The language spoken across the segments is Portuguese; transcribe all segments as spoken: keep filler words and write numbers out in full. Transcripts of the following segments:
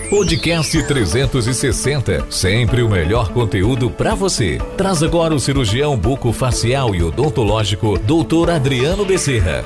Podcast trezentos e sessenta, sempre o melhor conteúdo para você. Traz agora o cirurgião bucofacial e odontológico, doutor Adriano Bezerra.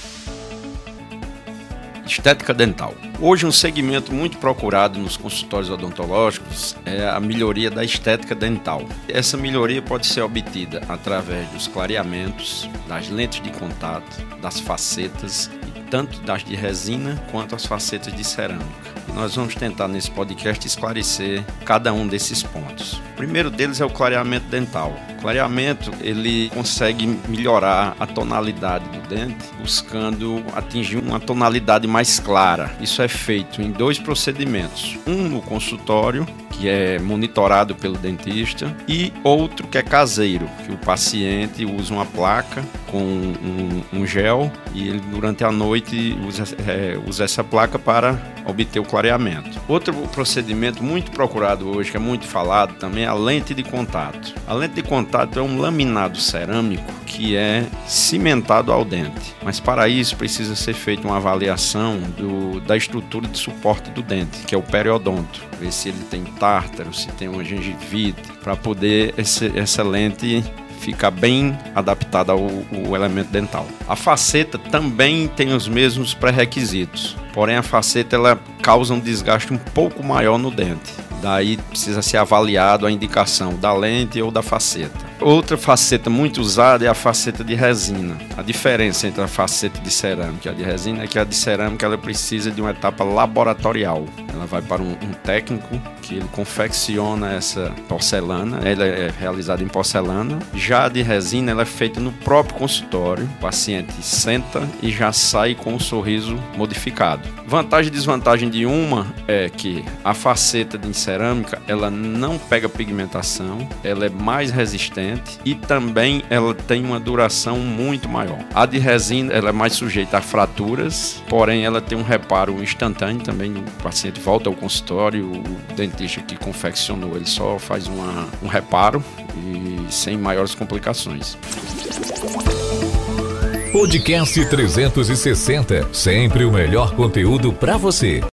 Estética dental. Hoje um segmento muito procurado nos consultórios odontológicos é a melhoria da estética dental. Essa melhoria pode ser obtida através dos clareamentos, das lentes de contato, das facetas, tanto das de resina quanto as facetas de cerâmica. E nós vamos tentar nesse podcast esclarecer cada um desses pontos. O primeiro deles é o clareamento dental. O clareamento ele consegue melhorar a tonalidade do dente, buscando atingir uma tonalidade mais clara. Isso é feito em dois procedimentos, um no consultório, que é monitorado pelo dentista, e outro que é caseiro, que o paciente usa uma placa com um, um gel e ele durante a noite usa, é, usa essa placa para obter o clareamento. Outro procedimento muito procurado hoje, que é muito falado também, é a lente de contato. A lente de contato é um laminado cerâmico que é cimentado ao dente, mas para isso precisa ser feita uma avaliação do, da estrutura de suporte do dente, que é o periodonto, ver se ele tem tártaro, se tem uma gengivite, para poder esse, essa lente ficar bem adaptada ao, ao elemento dental. A faceta também tem os mesmos pré-requisitos, porém a faceta ela causa um desgaste um pouco maior no dente. Daí precisa ser avaliado a indicação da lente ou da faceta. Outra faceta muito usada é a faceta de resina. A diferença entre a faceta de cerâmica e a de resina é que a de cerâmica ela precisa de uma etapa laboratorial. Ela vai para um, um técnico que ele confecciona essa porcelana, ela é realizada em porcelana. Já a de resina ela é feita no próprio consultório. O paciente senta e já sai com um sorriso modificado. Vantagem e desvantagem de uma é que a faceta de cerâmica ela não pega pigmentação, ela é mais resistente e também ela tem uma duração muito maior. A de resina ela é mais sujeita a fraturas, porém ela tem um reparo instantâneo também. O paciente volta ao consultório, o dentista que confeccionou ele só faz uma, um reparo e sem maiores complicações. Podcast trezentos e sessenta, sempre o melhor conteúdo para você.